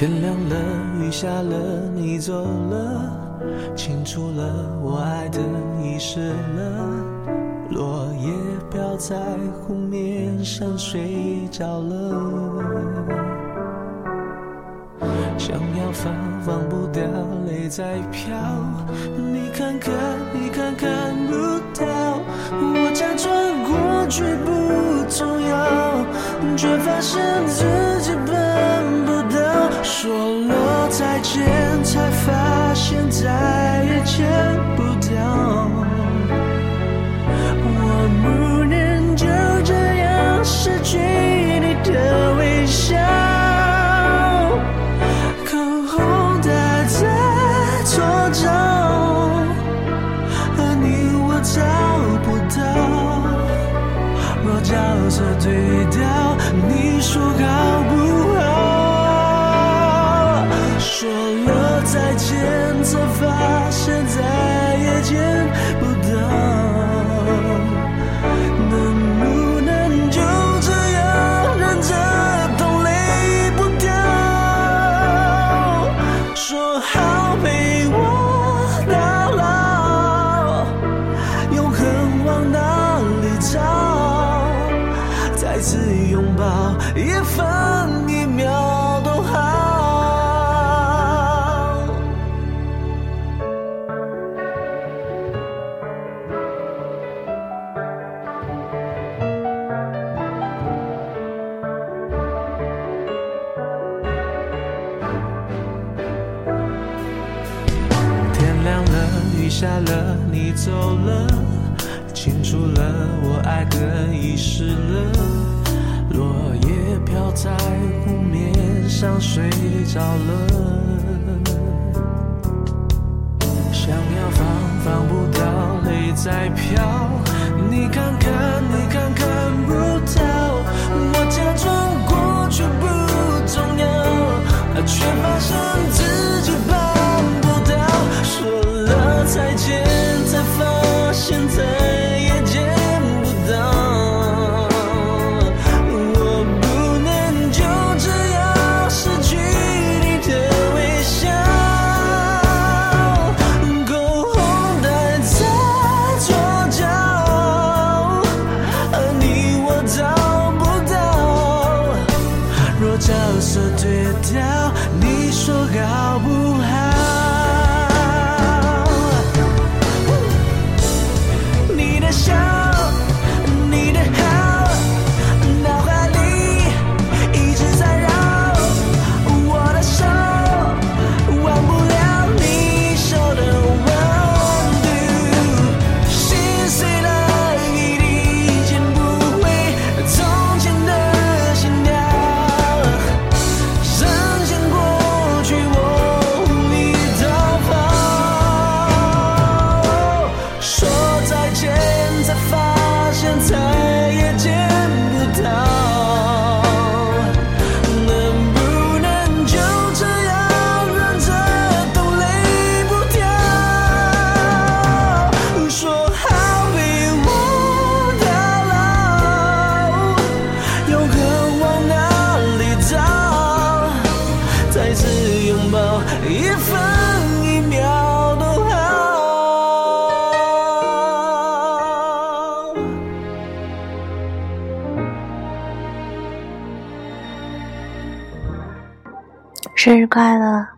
天亮了，雨下了，你走了，清楚了，我爱的遗失了。落叶飘在湖面上，睡着了。想要放不掉，泪在飘。你看看，你看看不到。我假装过去不重要，却发现自己办不到。说了再见，才发现再也见不到。我不能就这样失去你的微笑。口红戴在左脚，而你我找不到。若角色对调，你说好不好？说了再见，才发现再也见不到。再次拥抱，一分一秒都好。天亮了，雨下了，你走了，清楚了，我爱的遗失了。落叶飘在湖面上，睡着了。想要放不到，泪在飘。你看看，你看看不到。我假装过去不重要，却发现自己办不到。说了再见，才发现再也见不到。角色对调，你说好不好？你的笑，你的好，脑海里一直在绕。我的手忘不了你手的温度，心碎了一定捡不回从前的心跳。再也见不到，能不能就这样忍着都泪不掉？说好陪我到老，永恒往哪里找？再次拥抱，一分一秒都好。 生日快乐！